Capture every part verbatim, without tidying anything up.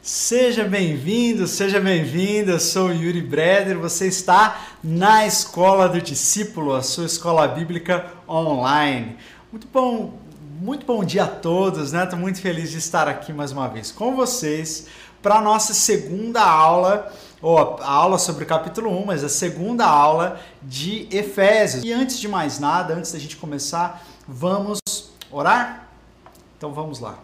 Seja bem-vindo, seja bem-vinda, eu sou o Yuri Breder, você está na Escola do Discípulo, a sua escola bíblica online. Muito bom, muito bom dia a todos, né? Estou muito feliz de estar aqui mais uma vez com vocês para a nossa segunda aula, ou a aula sobre o capítulo um, mas a segunda aula de Efésios. E antes de mais nada, antes da gente começar, vamos orar? Então vamos lá.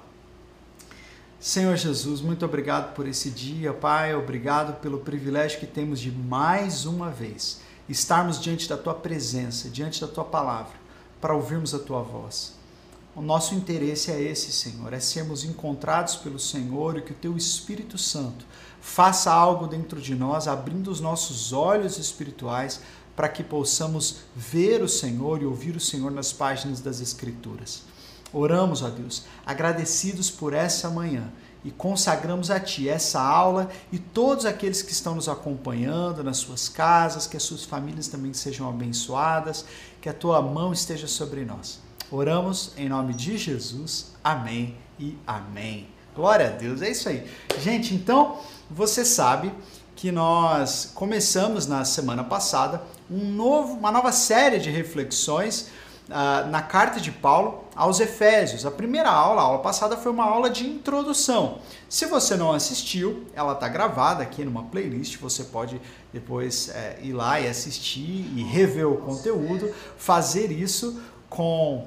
Senhor Jesus, muito obrigado por esse dia, Pai, obrigado pelo privilégio que temos de mais uma vez estarmos diante da Tua presença, diante da Tua palavra, para ouvirmos a Tua voz. O nosso interesse é esse, Senhor, é sermos encontrados pelo Senhor e que o Teu Espírito Santo faça algo dentro de nós, abrindo os nossos olhos espirituais para que possamos ver o Senhor e ouvir o Senhor nas páginas das Escrituras. Oramos, ó Deus, agradecidos por essa manhã e consagramos a Ti essa aula e todos aqueles que estão nos acompanhando nas suas casas, que as suas famílias também sejam abençoadas, que a Tua mão esteja sobre nós. Oramos em nome de Jesus. Amém e amém. Glória a Deus, é isso aí. Gente, então, você sabe que nós começamos na semana passada um novo, uma nova série de reflexões Uh, na carta de Paulo aos Efésios. A primeira aula, a aula passada, foi uma aula de introdução. Se você não assistiu, ela está gravada aqui numa playlist, você pode depois é, ir lá e assistir e rever o conteúdo, fazer isso com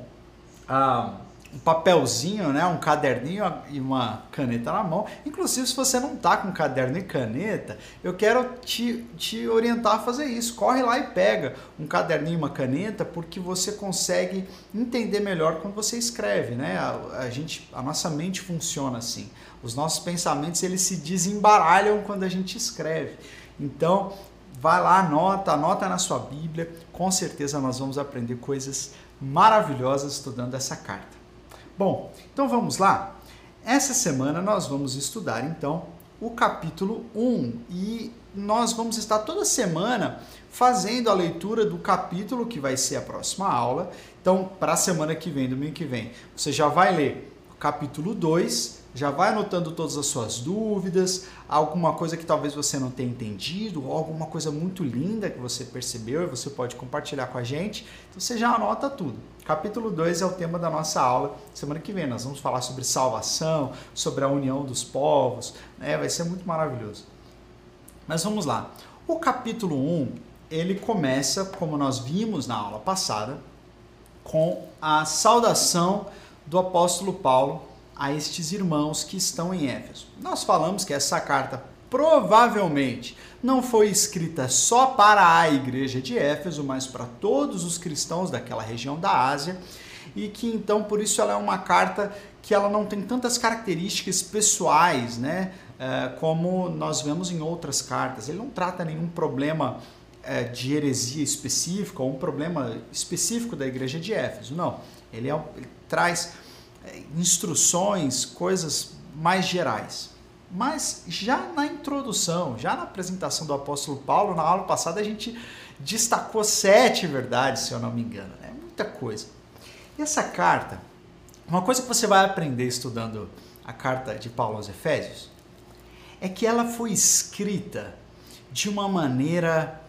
uh, um papelzinho, né, um caderninho e uma caneta na mão. Inclusive, se você não está com caderno e caneta, eu quero te, te orientar a fazer isso. Corre lá e pega um caderninho e uma caneta, porque você consegue entender melhor quando você escreve, né? A, a, gente, a nossa mente funciona assim. Os nossos pensamentos, eles se desembaralham quando a gente escreve. Então, vai lá, anota, anota na sua Bíblia. Com certeza nós vamos aprender coisas maravilhosas estudando essa carta. Bom, então vamos lá. Essa semana nós vamos estudar então o capítulo um e nós vamos estar toda semana fazendo a leitura do capítulo que vai ser a próxima aula. Então, para a semana que vem, domingo que vem, você já vai ler o capítulo dois, já vai anotando todas as suas dúvidas, alguma coisa que talvez você não tenha entendido, ou alguma coisa muito linda que você percebeu e você pode compartilhar com a gente. Então você já anota tudo. Capítulo dois é o tema da nossa aula. Semana que vem nós vamos falar sobre salvação, sobre a união dos povos, né? Vai ser muito maravilhoso. Mas vamos lá. O capítulo um, ele começa, como nós vimos na aula passada, com a saudação do apóstolo Paulo a estes irmãos que estão em Éfeso. Nós falamos que essa carta provavelmente não foi escrita só para a igreja de Éfeso, mas para todos os cristãos daquela região da Ásia, e que então por isso ela é uma carta que ela não tem tantas características pessoais, né, como nós vemos em outras cartas. Ele não trata nenhum problema de heresia específica ou um problema específico da igreja de Éfeso, não. Ele, é, ele traz instruções, coisas mais gerais. Mas já na introdução, já na apresentação do apóstolo Paulo, na aula passada a gente destacou sete verdades, se eu não me engano, é muita coisa. E essa carta, uma coisa que você vai aprender estudando a carta de Paulo aos Efésios, é que ela foi escrita de uma maneira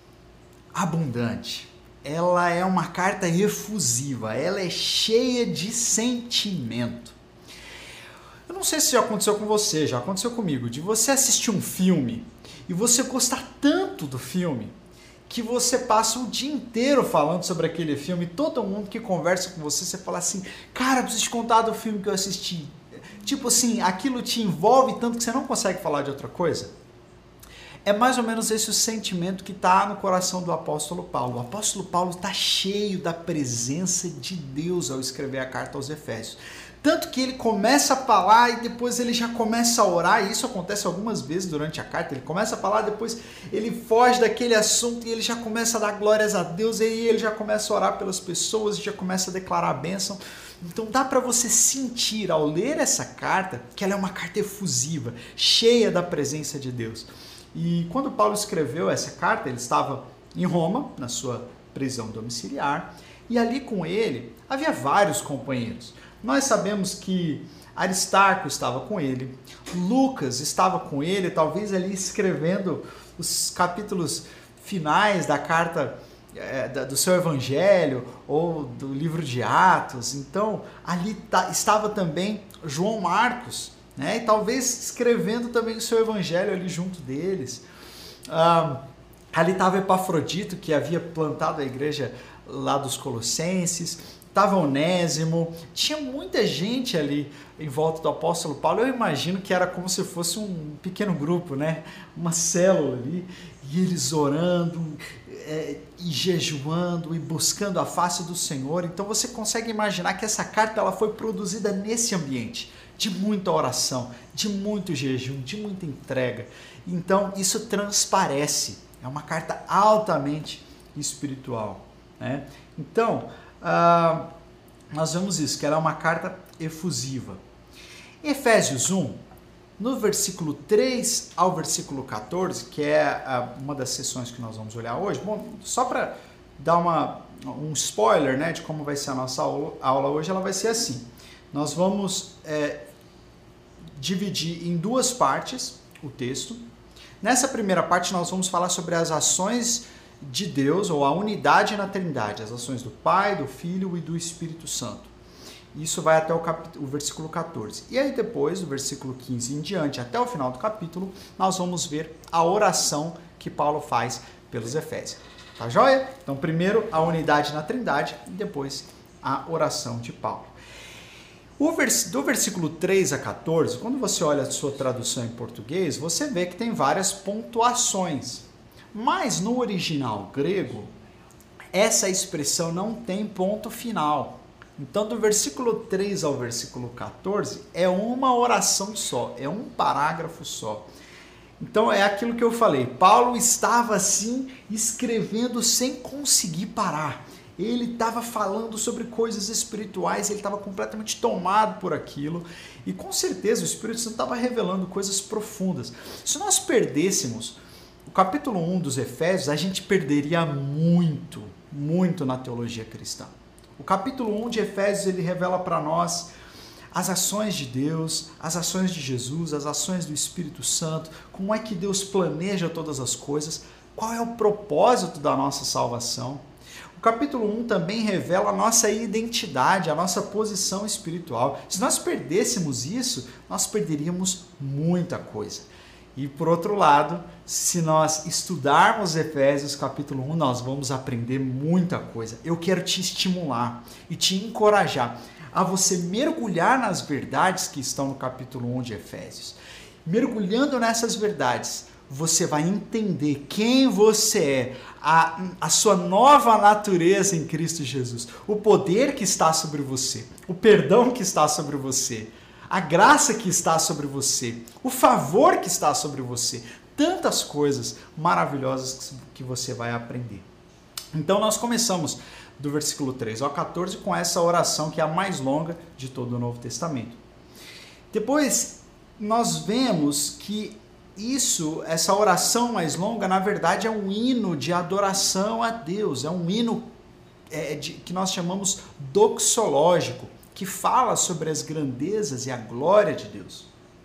abundante. Ela é uma carta efusiva, ela é cheia de sentimento. Eu não sei se já aconteceu com você, já aconteceu comigo, de você assistir um filme e você gostar tanto do filme que você passa o dia inteiro falando sobre aquele filme, todo mundo que conversa com você, você fala assim, cara, eu preciso te contar do filme que eu assisti. Tipo assim, aquilo te envolve tanto que você não consegue falar de outra coisa. É mais ou menos esse o sentimento que está no coração do apóstolo Paulo. O apóstolo Paulo está cheio da presença de Deus ao escrever a carta aos Efésios. Tanto que ele começa a falar e depois ele já começa a orar, e isso acontece algumas vezes durante a carta. Ele começa a falar, depois ele foge daquele assunto e ele já começa a dar glórias a Deus, e aí ele já começa a orar pelas pessoas e já começa a declarar a bênção. Então dá para você sentir ao ler essa carta que ela é uma carta efusiva, cheia da presença de Deus. E quando Paulo escreveu essa carta, ele estava em Roma, na sua prisão domiciliar, e ali com ele havia vários companheiros. Nós sabemos que Aristarco estava com ele, Lucas estava com ele, talvez ali escrevendo os capítulos finais da carta é, da, do seu evangelho ou do livro de Atos. Então ali tá, estava também João Marcos, né? E talvez escrevendo também o seu evangelho ali junto deles. Ah, ali estava Epafrodito, que havia plantado a igreja lá dos Colossenses, estava Onésimo, tinha muita gente ali em volta do apóstolo Paulo. Eu imagino que era como se fosse um pequeno grupo, né? Uma célula ali, e eles orando é, e jejuando e buscando a face do Senhor. Então você consegue imaginar que essa carta ela foi produzida nesse ambiente de muita oração, de muito jejum, de muita entrega. Então isso transparece, é uma carta altamente espiritual, né? Então uh, nós vemos isso, que ela é uma carta efusiva. Em Efésios um, no versículo três ao versículo quatorze, que é uh, uma das sessões que nós vamos olhar hoje, bom, só para dar uma, um spoiler, né, de como vai ser a nossa aula, aula hoje, ela vai ser assim. Nós vamos é, dividir em duas partes o texto. Nessa primeira parte nós vamos falar sobre as ações de Deus, ou a unidade na Trindade, as ações do Pai, do Filho e do Espírito Santo. Isso vai até o, cap... o versículo quatorze. E aí depois, do versículo quinze em diante, até o final do capítulo, nós vamos ver a oração que Paulo faz pelos Efésios. Tá joia? Então primeiro a unidade na Trindade e depois a oração de Paulo. O vers... Do versículo três a quatorze, quando você olha a sua tradução em português, você vê que tem várias pontuações. Mas no original grego, essa expressão não tem ponto final. Então, do versículo três ao versículo quatorze, é uma oração só, é um parágrafo só. Então, é aquilo que eu falei. Paulo estava assim, escrevendo sem conseguir parar. Ele estava falando sobre coisas espirituais, ele estava completamente tomado por aquilo. E com certeza o Espírito Santo estava revelando coisas profundas. Se nós perdêssemos o capítulo um dos Efésios, a gente perderia muito, muito na teologia cristã. O capítulo um de Efésios, ele revela para nós as ações de Deus, as ações de Jesus, as ações do Espírito Santo, como é que Deus planeja todas as coisas, qual é o propósito da nossa salvação. O capítulo um também revela a nossa identidade, a nossa posição espiritual. Se nós perdêssemos isso, nós perderíamos muita coisa. E por outro lado, se nós estudarmos Efésios capítulo um, nós vamos aprender muita coisa. Eu quero te estimular e te encorajar a você mergulhar nas verdades que estão no capítulo um de Efésios. Mergulhando nessas verdades, você vai entender quem você é, a, a sua nova natureza em Cristo Jesus, o poder que está sobre você, o perdão que está sobre você, a graça que está sobre você, o favor que está sobre você, tantas coisas maravilhosas que você vai aprender. Então nós começamos do versículo três ao quatorze com essa oração que é a mais longa de todo o Novo Testamento. Depois nós vemos que isso, essa oração mais longa, na verdade é um hino de adoração a Deus, é um hino é, de, que nós chamamos doxológico, que fala sobre as grandezas e a glória de Deus.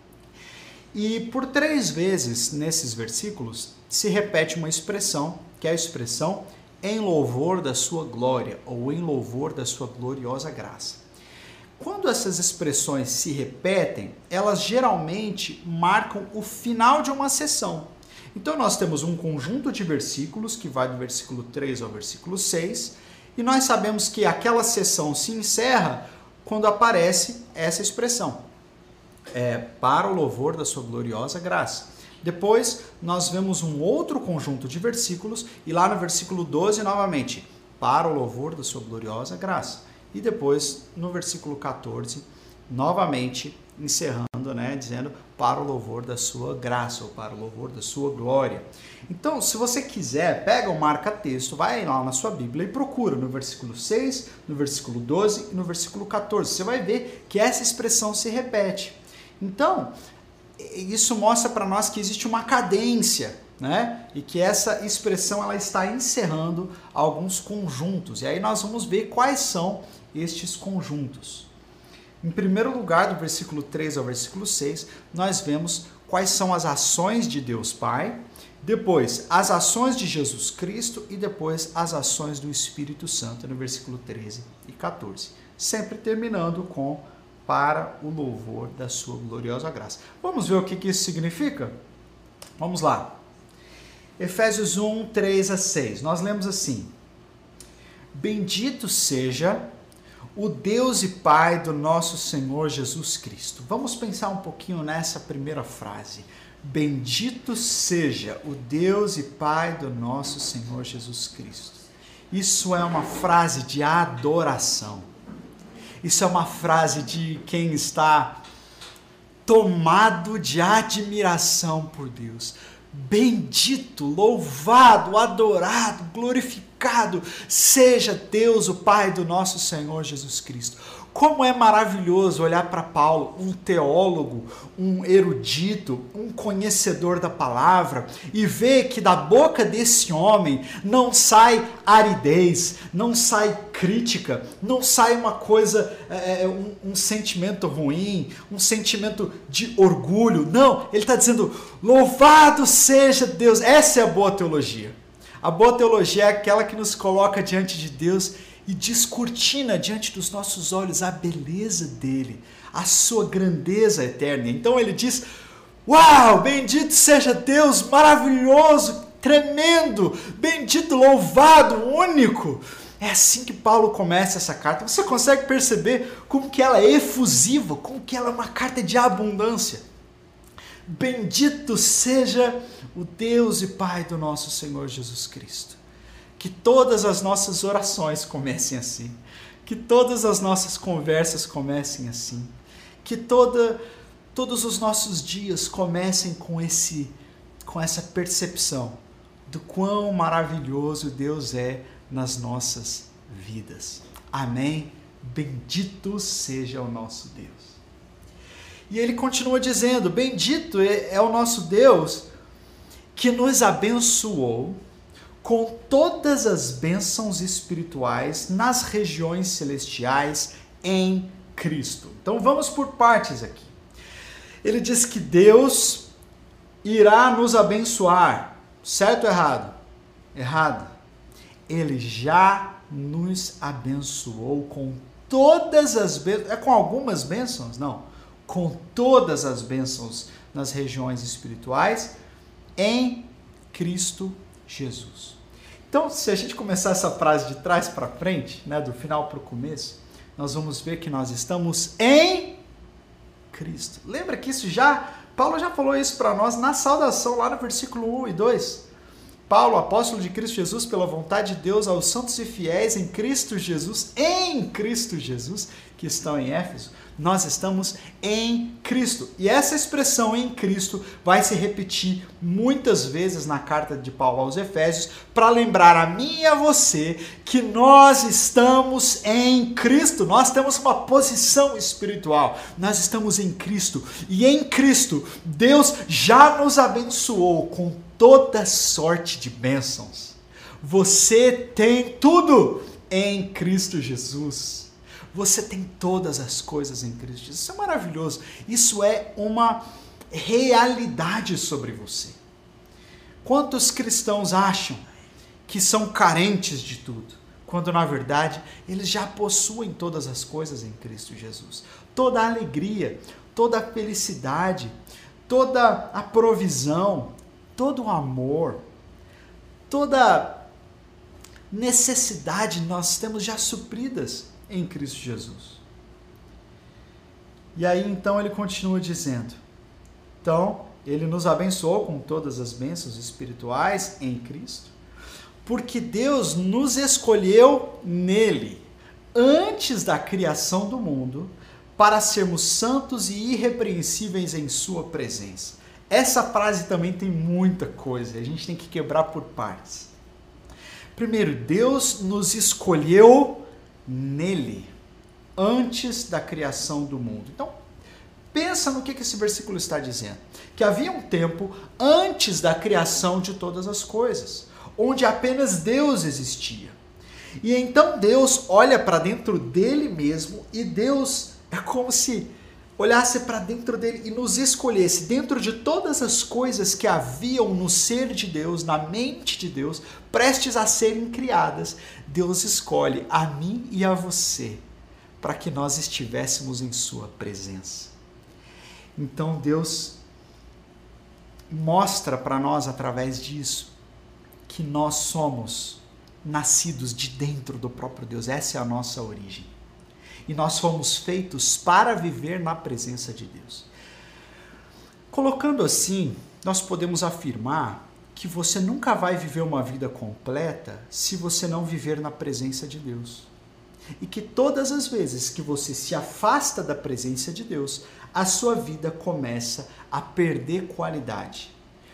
E por três vezes nesses versículos se repete uma expressão, que é a expressão em louvor da sua glória, ou em louvor da sua gloriosa graça. Quando essas expressões se repetem, elas geralmente marcam o final de uma sessão. Então nós temos um conjunto de versículos que vai do versículo três ao versículo seis, e nós sabemos que aquela sessão se encerra quando aparece essa expressão, é, para o louvor da sua gloriosa graça. Depois nós vemos um outro conjunto de versículos, e lá no versículo doze, novamente, para o louvor da sua gloriosa graça. E depois, no versículo quatorze, novamente encerrando, né, dizendo para o louvor da sua graça, ou para o louvor da sua glória. Então, se você quiser, pega o marca-texto, vai lá na sua Bíblia e procura no versículo seis, no versículo doze e no versículo quatorze. Você vai ver que essa expressão se repete. Então, isso mostra para nós que existe uma cadência, né? E que essa expressão ela está encerrando alguns conjuntos. E aí nós vamos ver quais são estes conjuntos. Em primeiro lugar, do versículo três ao versículo seis, nós vemos quais são as ações de Deus Pai, depois as ações de Jesus Cristo e depois as ações do Espírito Santo, no versículo treze e quatorze. Sempre terminando com para o louvor da sua gloriosa graça. Vamos ver o que, que isso significa? Vamos lá. Efésios um, três a seis. Nós lemos assim: Bendito seja o Deus e Pai do nosso Senhor Jesus Cristo. Vamos pensar um pouquinho nessa primeira frase. Bendito seja o Deus e Pai do nosso Senhor Jesus Cristo. Isso é uma frase de adoração. Isso é uma frase de quem está tomado de admiração por Deus. Bendito, louvado, adorado, glorificado seja Deus, o Pai do nosso Senhor Jesus Cristo. Como é maravilhoso olhar para Paulo, um teólogo, um erudito, um conhecedor da palavra, e ver que da boca desse homem não sai aridez, não sai crítica, não sai uma coisa, é, um, um sentimento ruim, um sentimento de orgulho. Não, ele está dizendo, louvado seja Deus. Essa é a boa teologia. A boa teologia é aquela que nos coloca diante de Deus e descortina diante dos nossos olhos a beleza dele, a sua grandeza eterna. Então ele diz, uau, bendito seja Deus, maravilhoso, tremendo, bendito, louvado, único. É assim que Paulo começa essa carta. Você consegue perceber como que ela é efusiva, como que ela é uma carta de abundância. Bendito seja o Deus e Pai do nosso Senhor Jesus Cristo. Que todas as nossas orações comecem assim. Que todas as nossas conversas comecem assim. Que toda, todos os nossos dias comecem com, esse, com essa percepção do quão maravilhoso Deus é nas nossas vidas. Amém? Bendito seja o nosso Deus. E ele continua dizendo, bendito é o nosso Deus que nos abençoou com todas as bênçãos espirituais nas regiões celestiais em Cristo. Então vamos por partes aqui. Ele diz que Deus irá nos abençoar. Certo ou errado? Errado. Ele já nos abençoou com todas as bênçãos. É com algumas bênçãos? Não. Com todas as bênçãos nas regiões espirituais em Cristo Jesus. Então, se a gente começar essa frase de trás para frente, né, do final para o começo, nós vamos ver que nós estamos em Cristo. Lembra que isso já, Paulo já falou isso para nós na saudação, lá no versículo um e dois. Paulo, apóstolo de Cristo Jesus, pela vontade de Deus, aos santos e fiéis em Cristo Jesus, em Cristo Jesus, que estão em Éfeso, nós estamos em Cristo. E essa expressão em Cristo vai se repetir muitas vezes na carta de Paulo aos Efésios, para lembrar a mim e a você que nós estamos em Cristo. Nós temos uma posição espiritual. Nós estamos em Cristo. E em Cristo, Deus já nos abençoou com toda sorte de bênçãos. Você tem tudo em Cristo Jesus. Você tem todas as coisas em Cristo Jesus. Isso é maravilhoso. Isso é uma realidade sobre você. Quantos cristãos acham que são carentes de tudo, quando na verdade eles já possuem todas as coisas em Cristo Jesus? Toda a alegria, toda a felicidade, toda a provisão, todo o amor, toda necessidade nós temos já supridas em Cristo Jesus. E aí então ele continua dizendo, então ele nos abençoou com todas as bênçãos espirituais em Cristo, porque Deus nos escolheu nele, antes da criação do mundo, para sermos santos e irrepreensíveis em sua presença. Essa frase também tem muita coisa, a gente tem que quebrar por partes. Primeiro, Deus nos escolheu nele, antes da criação do mundo. Então, pensa no que esse versículo está dizendo. Que havia um tempo antes da criação de todas as coisas, onde apenas Deus existia. E então Deus olha para dentro dele mesmo e Deus É como se olhasse para dentro dele e nos escolhesse. Dentro de todas as coisas que haviam no ser de Deus, na mente de Deus, prestes a serem criadas, Deus escolhe a mim e a você para que nós estivéssemos em sua presença. Então Deus mostra para nós através disso que nós somos nascidos de dentro do próprio Deus. Essa é a nossa origem. E nós fomos feitos para viver na presença de Deus. Colocando assim, nós podemos afirmar que você nunca vai viver uma vida completa se você não viver na presença de Deus. E que todas as vezes que você se afasta da presença de Deus, a sua vida começa a perder qualidade.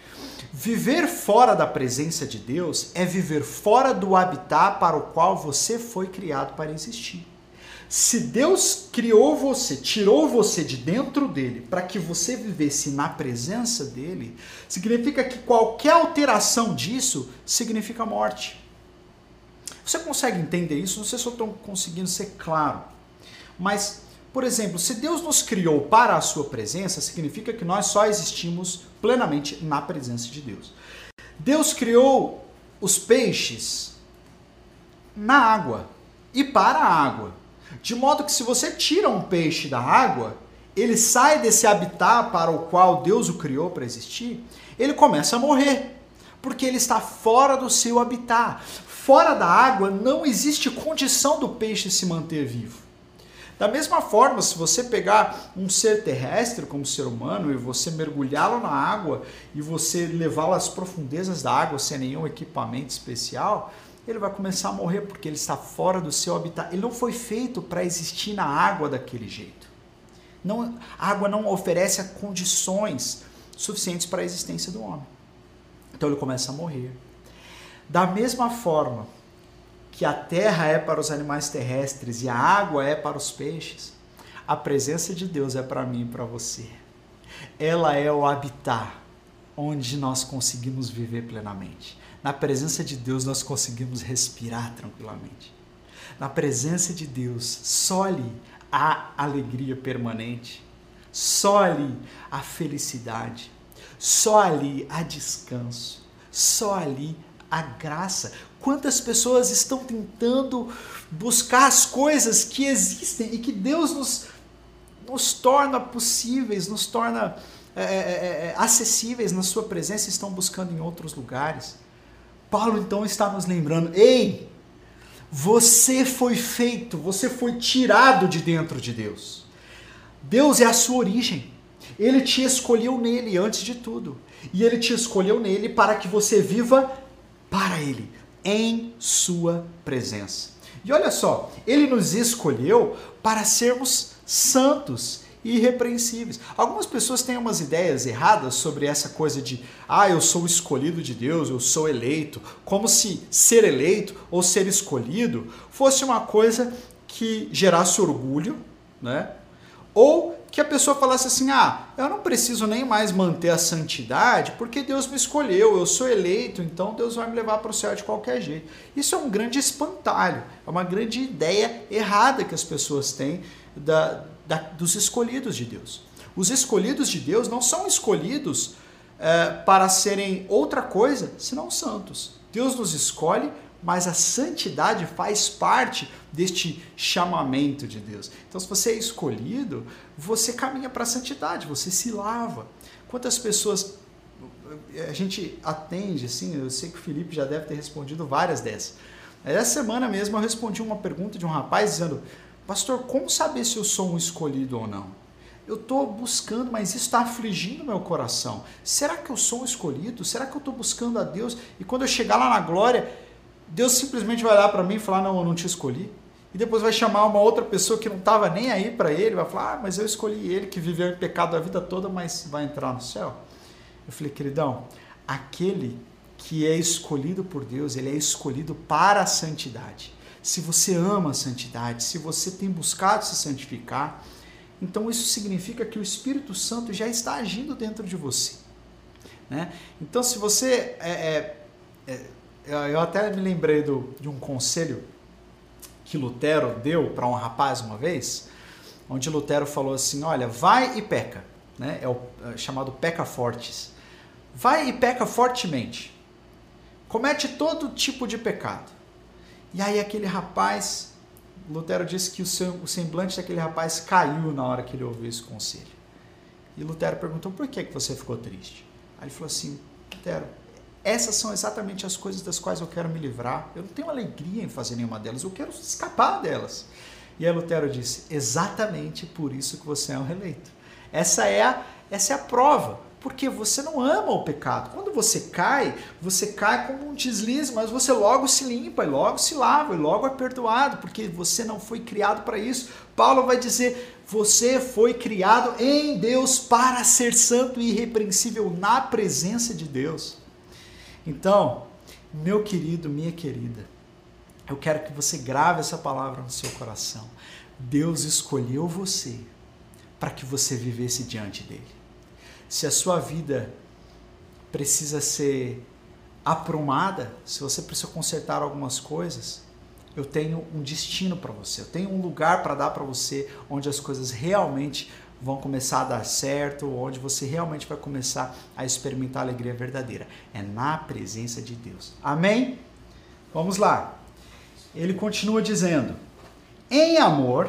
Viver fora da presença de Deus é viver fora do habitat para o qual você foi criado para existir. Se Deus criou você, tirou você de dentro dele para que você vivesse na presença dele, significa que qualquer alteração disso significa morte. Você consegue entender isso? Não sei se eu estou conseguindo ser claro. Mas, por exemplo, se Deus nos criou para a sua presença, significa que nós só existimos plenamente na presença de Deus. Deus criou os peixes na água e para a água. De modo que se você tira um peixe da água, ele sai desse habitat para o qual Deus o criou para existir, ele começa a morrer, porque ele está fora do seu habitat. Fora da água não existe condição do peixe se manter vivo. Da mesma forma, se você pegar um ser terrestre como ser humano e você mergulhá-lo na água e você levá-lo às profundezas da água sem nenhum equipamento especial, ele vai começar a morrer porque ele está fora do seu habitat. Ele não foi feito para existir na água daquele jeito. Não, a água não oferece condições suficientes para a existência do homem. Então ele começa a morrer. Da mesma forma que a terra é para os animais terrestres e a água é para os peixes, a presença de Deus é para mim e para você. Ela é o habitat onde nós conseguimos viver plenamente. Na presença de Deus nós conseguimos respirar tranquilamente. Na presença de Deus, só ali há alegria permanente, só ali há felicidade, só ali há descanso, só ali há graça. Quantas pessoas estão tentando buscar as coisas que existem e que Deus nos, nos torna possíveis, nos torna é, é, é, acessíveis na sua presença, estão buscando em outros lugares. Paulo então está nos lembrando, ei, você foi feito, você foi tirado de dentro de Deus. Deus é a sua origem. Ele te escolheu nele antes de tudo. E ele te escolheu nele para que você viva para ele, em sua presença. E olha só, ele nos escolheu para sermos santos e irrepreensíveis. Algumas pessoas têm umas ideias erradas sobre essa coisa de ah, eu sou escolhido de Deus, eu sou eleito, como se ser eleito ou ser escolhido fosse uma coisa que gerasse orgulho, né? Ou que a pessoa falasse assim, ah, eu não preciso nem mais manter a santidade porque Deus me escolheu, eu sou eleito, então Deus vai me levar para o céu de qualquer jeito. Isso é um grande espantalho, é uma grande ideia errada que as pessoas têm da Da, dos escolhidos de Deus. Os escolhidos de Deus não são escolhidos é, para serem outra coisa senão santos. Deus nos escolhe, mas a santidade faz parte deste chamamento de Deus. Então, se você é escolhido, você caminha para a santidade, você se lava. Quantas pessoas a gente atende, assim, eu sei que o Felipe já deve ter respondido várias dessas. Essa semana mesmo eu respondi uma pergunta de um rapaz dizendo, pastor, como saber se eu sou um escolhido ou não? Eu estou buscando, mas isso está afligindo meu coração. Será que eu sou um escolhido? Será que eu estou buscando a Deus? E quando eu chegar lá na glória, Deus simplesmente vai olhar para mim e falar, não, eu não te escolhi. E depois vai chamar uma outra pessoa que não estava nem aí para ele, vai falar, ah, mas eu escolhi ele que viveu em pecado a vida toda, mas vai entrar no céu. Eu falei, queridão, aquele que é escolhido por Deus, ele é escolhido para a santidade. Se você ama a santidade, se você tem buscado se santificar, então isso significa que o Espírito Santo já está agindo dentro de você. Né? Então, se você... É, é, é, eu até me lembrei do, de um conselho que Lutero deu para um rapaz uma vez, onde Lutero falou assim, olha, vai e peca, né? É o é chamado peca fortis. Vai e peca fortemente. Comete todo tipo de pecado. E aí aquele rapaz, Lutero disse que o, seu, o semblante daquele rapaz caiu na hora que ele ouviu esse conselho. E Lutero perguntou, por que, que você ficou triste? Aí ele falou assim, Lutero, essas são exatamente as coisas das quais eu quero me livrar. Eu não tenho alegria em fazer nenhuma delas, eu quero escapar delas. E aí Lutero disse, exatamente por isso que você é um eleito. Essa é a, essa é a prova, porque você não ama o pecado. Quando você cai, você cai como um deslize, mas você logo se limpa, e logo se lava, e logo é perdoado, porque você não foi criado para isso. Paulo vai dizer, você foi criado em Deus para ser santo e irrepreensível na presença de Deus. Então, meu querido, minha querida, eu quero que você grave essa palavra no seu coração. Deus escolheu você para que você vivesse diante dele. Se a sua vida precisa ser aprumada, se você precisa consertar algumas coisas, eu tenho um destino para você, eu tenho um lugar para dar para você onde as coisas realmente vão começar a dar certo, onde você realmente vai começar a experimentar a alegria verdadeira. É na presença de Deus. Amém? Vamos lá. Ele continua dizendo, em amor,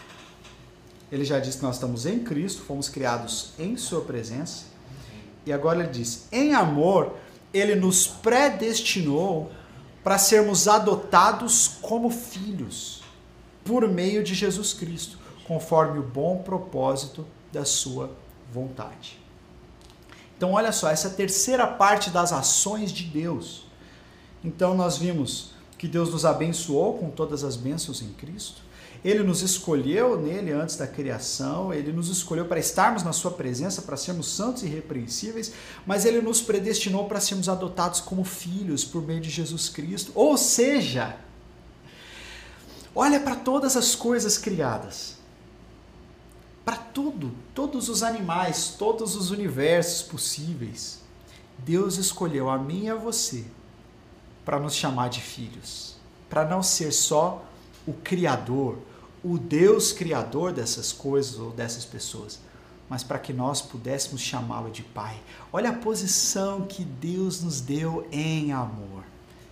ele já disse que nós estamos em Cristo, fomos criados em sua presença, e agora ele diz, em amor, ele nos predestinou para sermos adotados como filhos, por meio de Jesus Cristo, conforme o bom propósito da sua vontade. Então, olha só, essa terceira parte das ações de Deus. Então, nós vimos que Deus nos abençoou com todas as bênçãos em Cristo. Ele nos escolheu nele antes da criação, ele nos escolheu para estarmos na sua presença, para sermos santos e irrepreensíveis, mas ele nos predestinou para sermos adotados como filhos por meio de Jesus Cristo. Ou seja, olha para todas as coisas criadas. Para tudo, todos os animais, todos os universos possíveis, Deus escolheu a mim e a você para nos chamar de filhos, para não ser só o Criador, o Deus Criador dessas coisas ou dessas pessoas, mas para que nós pudéssemos chamá-lo de Pai. Olha a posição que Deus nos deu em amor.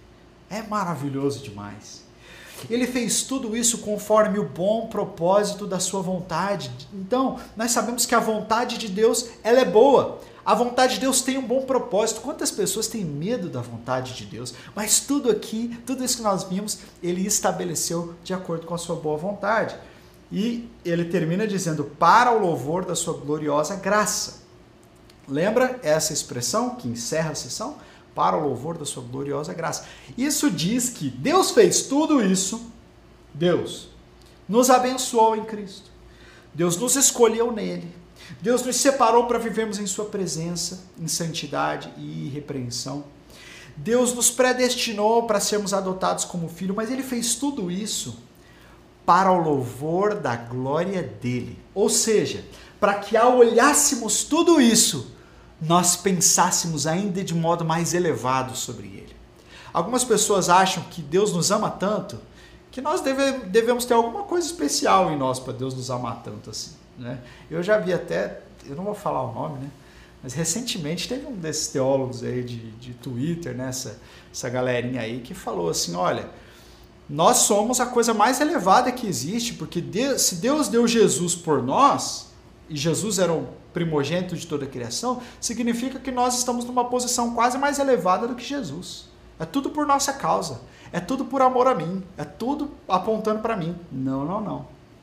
É maravilhoso demais. Ele fez tudo isso conforme o bom propósito da sua vontade. Então, nós sabemos que a vontade de Deus, ela é boa. A vontade de Deus tem um bom propósito. Quantas pessoas têm medo da vontade de Deus? Mas tudo aqui, tudo isso que nós vimos, ele estabeleceu de acordo com a sua boa vontade. E ele termina dizendo, para o louvor da sua gloriosa graça. Lembra essa expressão que encerra a sessão? Para o louvor da sua gloriosa graça. Isso diz que Deus fez tudo isso, Deus nos abençoou em Cristo, Deus nos escolheu nele, Deus nos separou para vivermos em sua presença, em santidade e irrepreensão. Deus nos predestinou para sermos adotados como filho, mas ele fez tudo isso para o louvor da glória dele. Ou seja, para que ao olhássemos tudo isso, nós pensássemos ainda de modo mais elevado sobre ele. Algumas pessoas acham que Deus nos ama tanto que nós deve, devemos ter alguma coisa especial em nós para Deus nos amar tanto assim, né? Eu já vi até, eu não vou falar o nome, né? Mas recentemente teve um desses teólogos aí de, de Twitter, né? essa, essa galerinha aí que falou assim, olha, nós somos a coisa mais elevada que existe, porque Deus, se Deus deu Jesus por nós, e Jesus era o primogênito de toda a criação, significa que nós estamos numa posição quase mais elevada do que Jesus. É tudo por nossa causa. É tudo por amor a mim. É tudo apontando para mim. Não, não, não.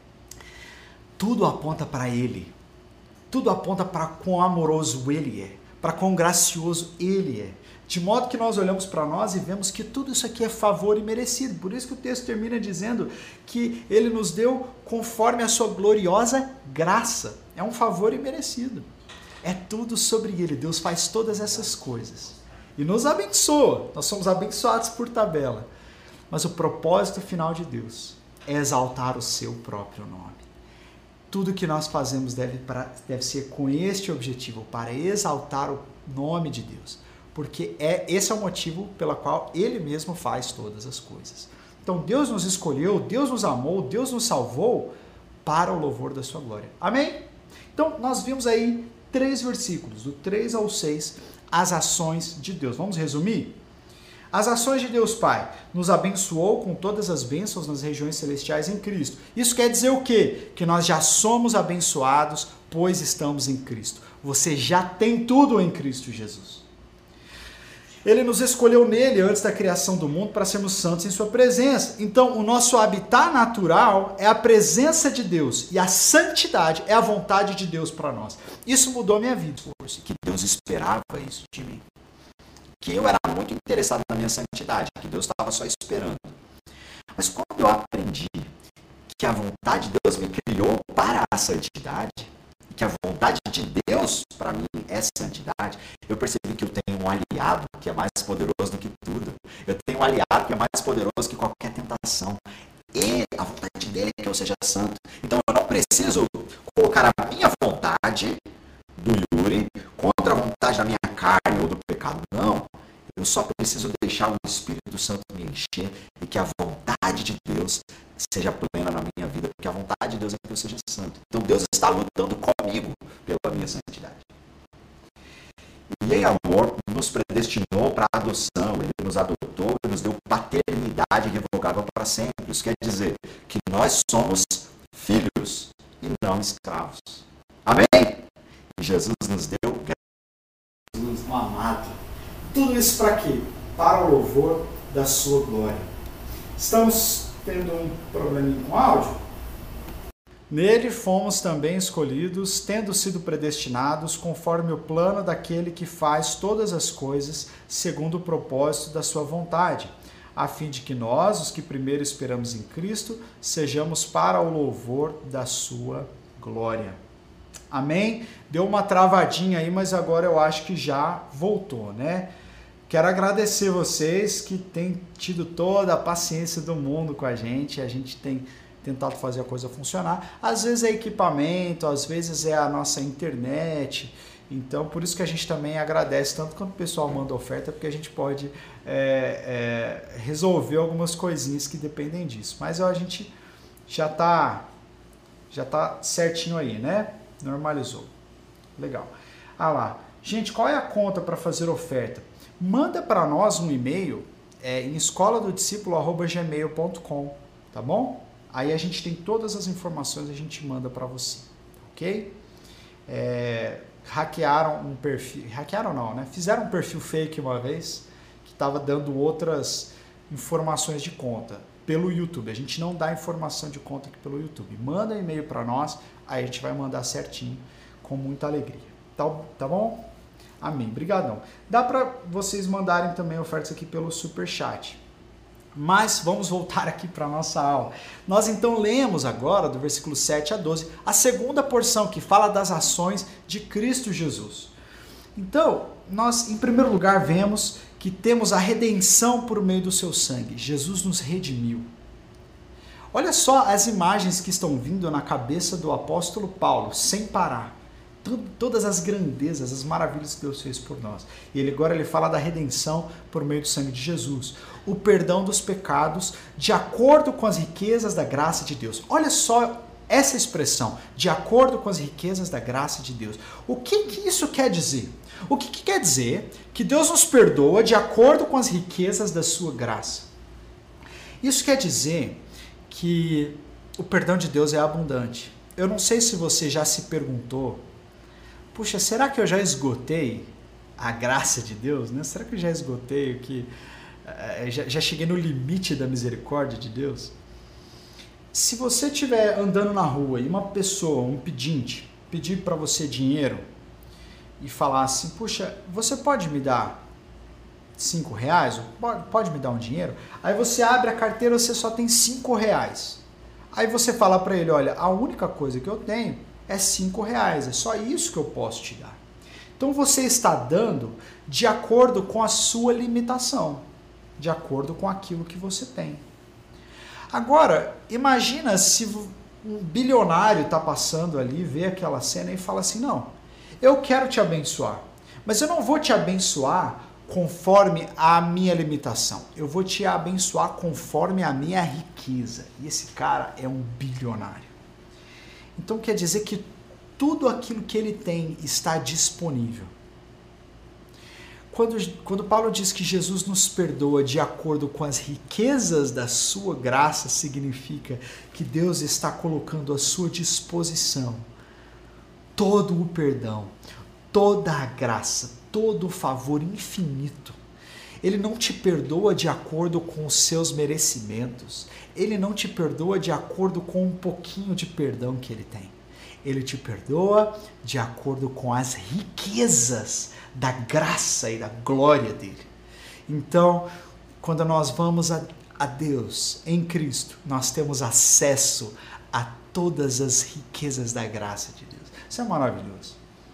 Tudo aponta para Ele. Tudo aponta para quão amoroso Ele é. Para quão gracioso Ele é. De modo que nós olhamos para nós e vemos que tudo isso aqui é favor e merecido. Por isso que o texto termina dizendo que Ele nos deu conforme a sua gloriosa graça. É um favor imerecido. É tudo sobre Ele. Deus faz todas essas coisas. E nos abençoa. Nós somos abençoados por tabela. Mas o propósito final de Deus é exaltar o seu próprio nome. Tudo que nós fazemos deve, pra, deve ser com este objetivo, para exaltar o nome de Deus. Porque é, esse é o motivo pelo qual Ele mesmo faz todas as coisas. Então Deus nos escolheu, Deus nos amou, Deus nos salvou para o louvor da sua glória. Amém? Então, nós vimos aí três versículos, do três ao seis, as ações de Deus. Vamos resumir? As ações de Deus Pai nos abençoou com todas as bênçãos nas regiões celestiais em Cristo. Isso quer dizer o quê? Que nós já somos abençoados, pois estamos em Cristo. Você já tem tudo em Cristo Jesus. Ele nos escolheu nele antes da criação do mundo para sermos santos em sua presença. Então, o nosso habitat natural é a presença de Deus e a santidade é a vontade de Deus para nós. Isso mudou minha vida. Que Deus esperava isso de mim. Que eu era muito interessado na minha santidade, que Deus estava só esperando. Mas quando eu aprendi que a vontade de Deus me criou para a santidade, que a vontade de Deus para mim é santidade, eu percebi que eu tenho um aliado que é mais poderoso do que tudo. Eu tenho um aliado que é mais poderoso que qualquer tentação. E a vontade dele é que eu seja santo. Então eu não preciso colocar a minha vontade do Yuri contra a vontade da minha carne ou do pecado. Não. Eu só preciso deixar o Espírito Santo me encher e que a vontade de Deus seja plena na minha vida, porque a vontade de Deus é que eu seja santo. Então Deus está lutando comigo pela minha santidade. E em amor nos predestinou para a adoção, Ele nos adotou e nos deu paternidade irrevogável para sempre. Isso quer dizer que nós somos filhos e não escravos. Amém? E Jesus nos deu Jesus no amado. Tudo isso para quê? Para o louvor da sua glória. Estamos tendo um probleminha com áudio? Nele fomos também escolhidos, tendo sido predestinados, conforme o plano daquele que faz todas as coisas, segundo o propósito da sua vontade, a fim de que nós, os que primeiro esperamos em Cristo, sejamos para o louvor da sua glória. Amém? Deu uma travadinha aí, mas agora eu acho que já voltou, né? Quero agradecer vocês que têm tido toda a paciência do mundo com a gente. A gente tem tentado fazer a coisa funcionar. Às vezes é equipamento, às vezes é a nossa internet. Então, por isso que a gente também agradece tanto quando o pessoal manda oferta, porque a gente pode é, é, resolver algumas coisinhas que dependem disso. Mas ó, a gente já está já tá certinho aí, né? Normalizou. Legal. Ah lá. Gente, qual é a conta para fazer oferta? Manda para nós um e-mail é, em escola do discípulo arroba gmail ponto com, tá bom? Aí a gente tem todas as informações, a gente manda para você, ok? É, hackearam um perfil, hackearam não, né? Fizeram um perfil fake uma vez que estava dando outras informações de conta pelo YouTube. A gente não dá informação de conta aqui pelo YouTube. Manda um e-mail para nós, aí a gente vai mandar certinho, com muita alegria. Tá, tá bom? Amém. Obrigadão. Dá para vocês mandarem também ofertas aqui pelo Superchat. Mas vamos voltar aqui para a nossa aula. Nós então lemos agora, do versículo sete a doze, a segunda porção que fala das ações de Cristo Jesus. Então, nós em primeiro lugar vemos que temos a redenção por meio do seu sangue. Jesus nos redimiu. Olha só as imagens que estão vindo na cabeça do apóstolo Paulo, sem parar. Todas as grandezas, as maravilhas que Deus fez por nós. E ele agora ele fala da redenção por meio do sangue de Jesus. O perdão dos pecados de acordo com as riquezas da graça de Deus. Olha só essa expressão, de acordo com as riquezas da graça de Deus. O que, que isso quer dizer? O que, que quer dizer que Deus nos perdoa de acordo com as riquezas da sua graça? Isso quer dizer que o perdão de Deus é abundante. Eu não sei se você já se perguntou, puxa, será que eu já esgotei a graça de Deus? Né? Será que eu já esgotei o que... Uh, já, já cheguei no limite da misericórdia de Deus? Se você estiver andando na rua e uma pessoa, um pedinte, pedir para você dinheiro e falar assim, puxa, você pode me dar cinco reais? Pode, pode me dar um dinheiro? Aí você abre a carteira, você só tem cinco reais. Aí você fala para ele, olha, a única coisa que eu tenho é cinco reais, é só isso que eu posso te dar. Então você está dando de acordo com a sua limitação, de acordo com aquilo que você tem. Agora, imagina se um bilionário está passando ali, vê aquela cena e fala assim, não, eu quero te abençoar, mas eu não vou te abençoar conforme a minha limitação, eu vou te abençoar conforme a minha riqueza. E esse cara é um bilionário. Então quer dizer que tudo aquilo que ele tem está disponível. Quando, quando Paulo diz que Jesus nos perdoa de acordo com as riquezas da sua graça, significa que Deus está colocando à sua disposição todo o perdão, toda a graça, todo o favor infinito. Ele não te perdoa de acordo com os seus merecimentos. Ele não te perdoa de acordo com um pouquinho de perdão que ele tem. Ele te perdoa de acordo com as riquezas da graça e da glória dele. Então, quando nós vamos a, a Deus em Cristo, nós temos acesso a todas as riquezas da graça de Deus. Isso é maravilhoso.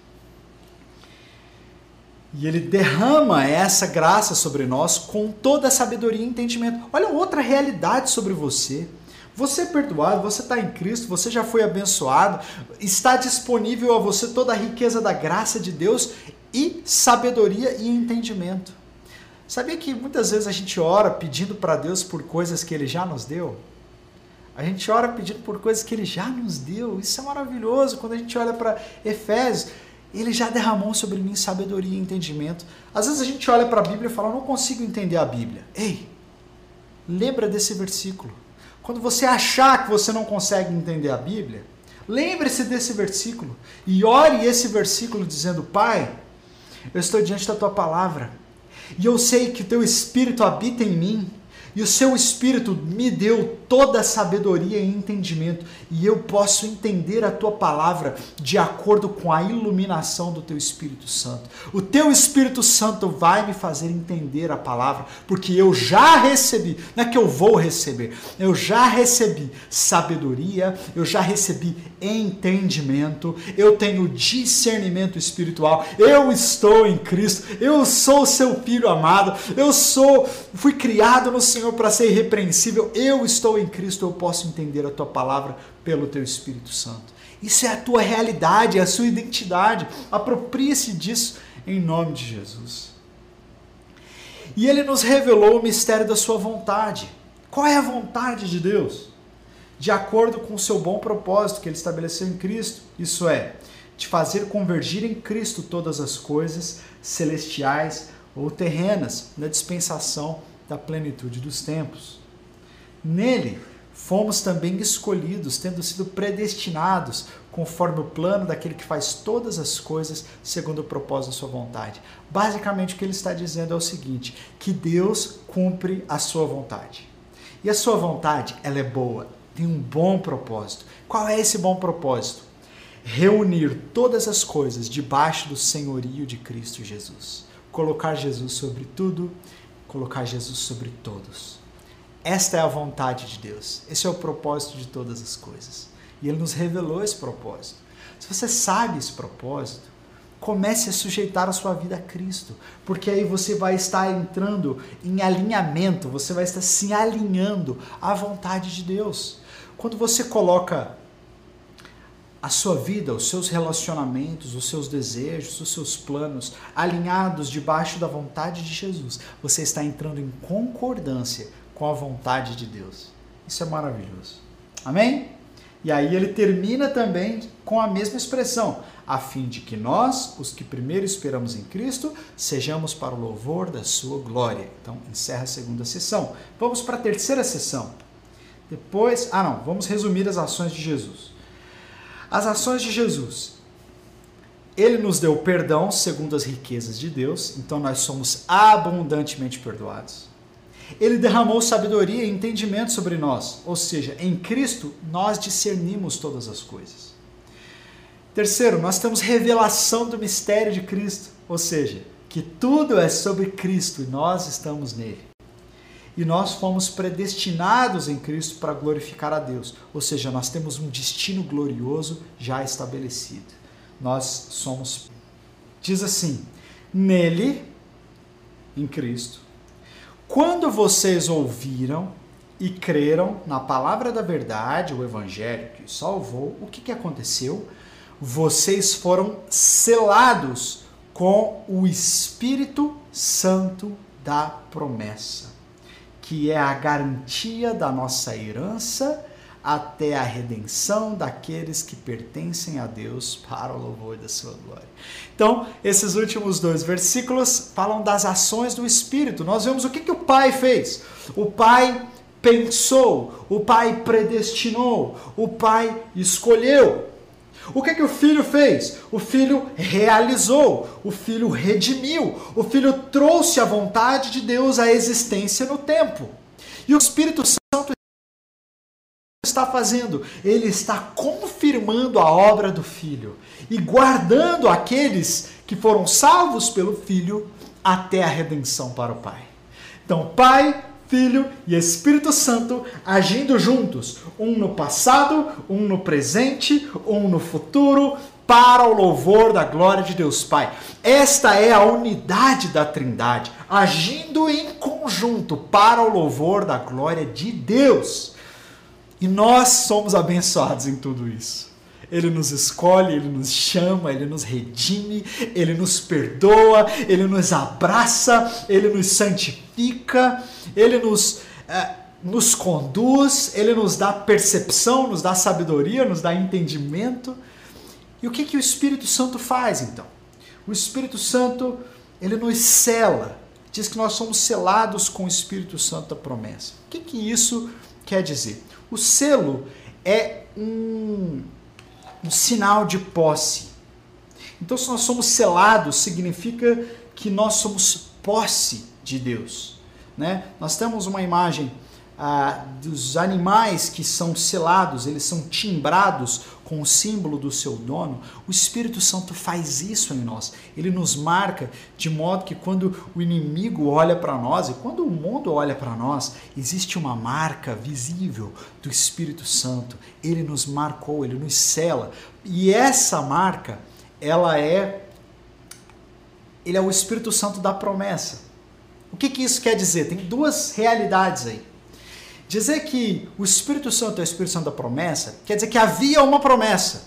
E ele derrama essa graça sobre nós com toda a sabedoria e entendimento. Olha outra realidade sobre você. Você é perdoado, você está em Cristo, você já foi abençoado, está disponível a você toda a riqueza da graça de Deus e sabedoria e entendimento. Sabia que muitas vezes a gente ora pedindo para Deus por coisas que Ele já nos deu? A gente ora pedindo por coisas que Ele já nos deu. Isso é maravilhoso. Quando a gente olha para Efésios, Ele já derramou sobre mim sabedoria e entendimento. Às vezes a gente olha para a Bíblia e fala, eu não consigo entender a Bíblia. Ei, lembra desse versículo. Quando você achar que você não consegue entender a Bíblia, lembre-se desse versículo e ore esse versículo dizendo, Pai, eu estou diante da Tua palavra e eu sei que o Teu Espírito habita em mim e o Seu Espírito me deu toda a sabedoria e entendimento e eu posso entender a Tua palavra de acordo com a iluminação do Teu Espírito Santo. O Teu Espírito Santo vai me fazer entender a palavra, porque eu já recebi, não é que eu vou receber, eu já recebi sabedoria, eu já recebi entendimento, eu tenho discernimento espiritual, eu estou em Cristo, eu sou Seu Filho amado, eu sou, fui criado no Senhor para ser irrepreensível, eu estou em Cristo, eu posso entender a Tua palavra pelo Teu Espírito Santo. Isso é a tua realidade, é a sua identidade. Aproprie-se disso em nome de Jesus. E Ele nos revelou o mistério da sua vontade. Qual é a vontade de Deus? De acordo com o seu bom propósito que Ele estabeleceu em Cristo, isso é, de fazer convergir em Cristo todas as coisas celestiais ou terrenas na dispensação da plenitude dos tempos. Nele, fomos também escolhidos, tendo sido predestinados, conforme o plano daquele que faz todas as coisas segundo o propósito da sua vontade. Basicamente, o que ele está dizendo é o seguinte, que Deus cumpre a sua vontade. E a sua vontade, ela é boa, tem um bom propósito. Qual é esse bom propósito? Reunir todas as coisas debaixo do senhorio de Cristo Jesus. Colocar Jesus sobre tudo, colocar Jesus sobre todos. Esta é a vontade de Deus. Esse é o propósito de todas as coisas. E Ele nos revelou esse propósito. Se você sabe esse propósito, comece a sujeitar a sua vida a Cristo. Porque aí você vai estar entrando em alinhamento, você vai estar se alinhando à vontade de Deus. Quando você coloca a sua vida, os seus relacionamentos, os seus desejos, os seus planos alinhados debaixo da vontade de Jesus, você está entrando em concordância com a vontade de Deus. Isso é maravilhoso. Amém? E aí ele termina também com a mesma expressão, a fim de que nós, os que primeiro esperamos em Cristo, sejamos para o louvor da sua glória. Então, encerra a segunda sessão. Vamos para a terceira sessão. Depois, ah não, vamos resumir as ações de Jesus. As ações de Jesus. Ele nos deu perdão segundo as riquezas de Deus, então nós somos abundantemente perdoados. Ele derramou sabedoria e entendimento sobre nós, ou seja, em Cristo nós discernimos todas as coisas. Terceiro, nós temos revelação do mistério de Cristo, ou seja, que tudo é sobre Cristo e nós estamos nele. E nós fomos predestinados em Cristo para glorificar a Deus, ou seja, nós temos um destino glorioso já estabelecido. Nós somos, diz assim, nele, em Cristo, quando vocês ouviram e creram na palavra da verdade, o evangelho que os salvou, o que, que aconteceu? Vocês foram selados com o Espírito Santo da promessa, que é a garantia da nossa herança até a redenção daqueles que pertencem a Deus para o louvor da sua glória. Então, esses últimos dois versículos falam das ações do Espírito. Nós vemos o que, que o Pai fez. O Pai pensou, o Pai predestinou, o Pai escolheu. O que, que o Filho fez? O Filho realizou, o Filho redimiu, o Filho trouxe a vontade de Deus à existência no tempo. E o Espírito Santo está fazendo? Ele está confirmando a obra do Filho e guardando aqueles que foram salvos pelo Filho até a redenção para o Pai. Então, Pai, Filho e Espírito Santo agindo juntos, um no passado, um no presente, um no futuro, para o louvor da glória de Deus Pai. Esta é a unidade da Trindade, agindo em conjunto para o louvor da glória de Deus. E nós somos abençoados em tudo isso. Ele nos escolhe, Ele nos chama, Ele nos redime, Ele nos perdoa, Ele nos abraça, Ele nos santifica, Ele nos, é, nos conduz, Ele nos dá percepção, nos dá sabedoria, nos dá entendimento. E o que, que o Espírito Santo faz, então? O Espírito Santo, Ele nos sela. Diz que nós somos selados com o Espírito Santo da promessa. O que, que isso quer dizer? O selo é um... um sinal de posse. Então, se nós somos selados, significa que nós somos posse de Deus, né? Nós temos uma imagem ah, dos animais que são selados, eles são timbrados com o símbolo do seu dono. O Espírito Santo faz isso em nós. Ele nos marca de modo que quando o inimigo olha para nós e quando o mundo olha para nós, existe uma marca visível do Espírito Santo. Ele nos marcou, ele nos sela. E essa marca, ela é, ele é o Espírito Santo da promessa. O que, que isso quer dizer? Tem duas realidades aí. Dizer que o Espírito Santo é o Espírito Santo da promessa, quer dizer que havia uma promessa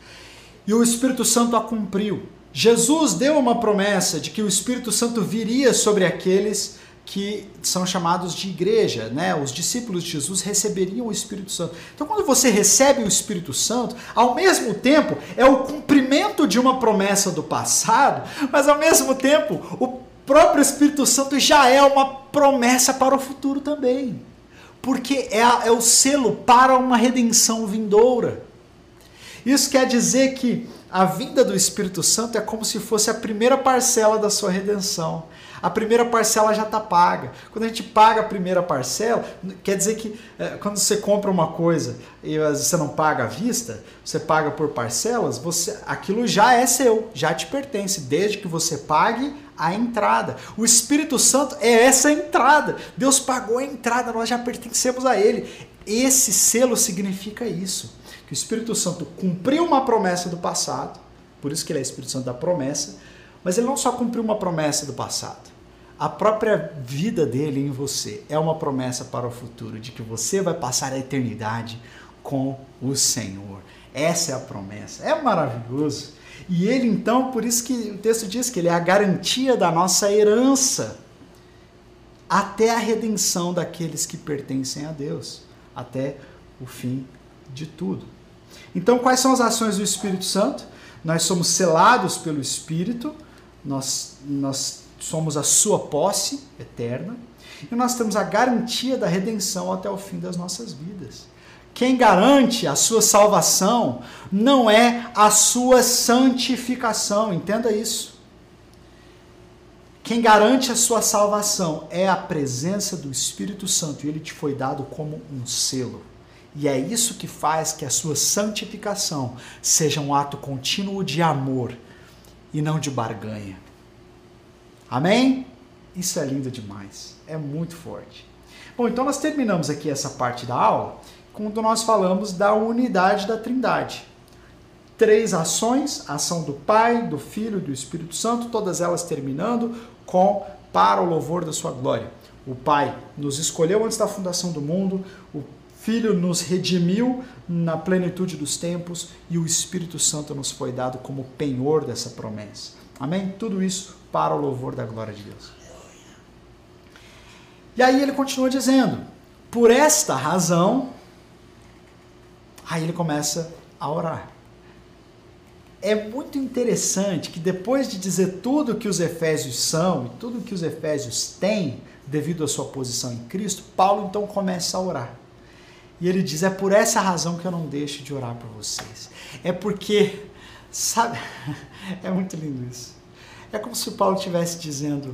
e o Espírito Santo a cumpriu. Jesus deu uma promessa de que o Espírito Santo viria sobre aqueles que são chamados de igreja, né? Os discípulos de Jesus receberiam o Espírito Santo. Então, quando você recebe o Espírito Santo, ao mesmo tempo é o cumprimento de uma promessa do passado, mas ao mesmo tempo o próprio Espírito Santo já é uma promessa para o futuro também. Porque é, a, é o selo para uma redenção vindoura. Isso quer dizer que a vinda do Espírito Santo é como se fosse a primeira parcela da sua redenção. A primeira parcela já está paga. Quando a gente paga a primeira parcela, quer dizer que é, quando você compra uma coisa e você não paga à vista, você paga por parcelas, você, aquilo já é seu, já te pertence, desde que você pague a entrada. O Espírito Santo é essa entrada. Deus pagou a entrada, nós já pertencemos a Ele. Esse selo significa isso, que o Espírito Santo cumpriu uma promessa do passado, por isso que ele é o Espírito Santo da promessa, mas ele não só cumpriu uma promessa do passado. A própria vida dele em você é uma promessa para o futuro, de que você vai passar a eternidade com o Senhor. Essa é a promessa. É maravilhoso. E ele, então, por isso que o texto diz que ele é a garantia da nossa herança até a redenção daqueles que pertencem a Deus, até o fim de tudo. Então, quais são as ações do Espírito Santo? Nós somos selados pelo Espírito, nós, nós somos a sua posse eterna e nós temos a garantia da redenção até o fim das nossas vidas. Quem garante a sua salvação não é a sua santificação, entenda isso. Quem garante a sua salvação é a presença do Espírito Santo e ele te foi dado como um selo. E é isso que faz que a sua santificação seja um ato contínuo de amor e não de barganha. Amém? Isso é lindo demais, é muito forte. Bom, então nós terminamos aqui essa parte da aula quando nós falamos da unidade da Trindade. Três ações, a ação do Pai, do Filho e do Espírito Santo, todas elas terminando com para o louvor da sua glória. O Pai nos escolheu antes da fundação do mundo, o Filho nos redimiu na plenitude dos tempos e o Espírito Santo nos foi dado como penhor dessa promessa. Amém? Tudo isso para o louvor da glória de Deus. E aí ele continua dizendo, por esta razão, Aí ele começa a orar. É muito interessante que depois de dizer tudo que os efésios são e tudo que os efésios têm devido à sua posição em Cristo, Paulo então começa a orar. E ele diz, é por essa razão que eu não deixo de orar por vocês. É porque, sabe, é muito lindo isso. É como se o Paulo estivesse dizendo,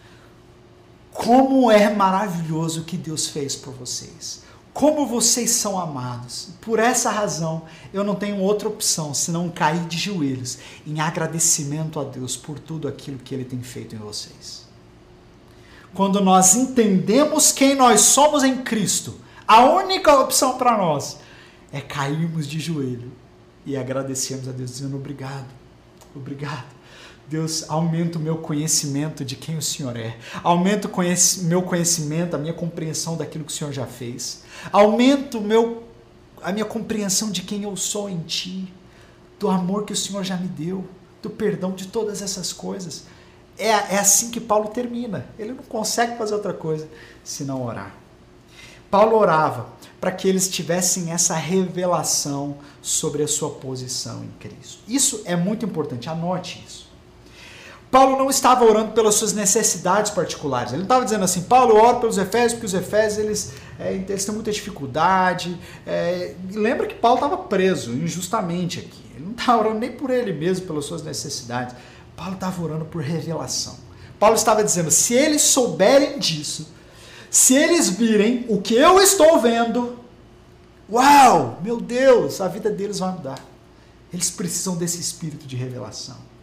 como é maravilhoso o que Deus fez por vocês. Como vocês são amados. Por essa razão, eu não tenho outra opção senão cair de joelhos em agradecimento a Deus por tudo aquilo que Ele tem feito em vocês. Quando nós entendemos quem nós somos em Cristo, a única opção para nós é cairmos de joelho e agradecermos a Deus dizendo obrigado, obrigado. Deus, aumenta o meu conhecimento de quem o Senhor é. Aumenta o conhec- meu conhecimento, a minha compreensão daquilo que o Senhor já fez. Aumenta o meu, a minha compreensão de quem eu sou em Ti. Do amor que o Senhor já me deu. Do perdão de todas essas coisas. É, é assim que Paulo termina. Ele não consegue fazer outra coisa senão orar. Paulo orava para que eles tivessem essa revelação sobre a sua posição em Cristo. Isso é muito importante, anote isso. Paulo não estava orando pelas suas necessidades particulares. Ele não estava dizendo assim, Paulo, eu oro pelos Efésios, porque os Efésios eles, é, eles têm muita dificuldade. É, e lembra que Paulo estava preso injustamente aqui. Ele não estava orando nem por ele mesmo, pelas suas necessidades. Paulo estava orando por revelação. Paulo estava dizendo, se eles souberem disso, se eles virem o que eu estou vendo, uau, meu Deus, a vida deles vai mudar. Eles precisam desse espírito de revelação.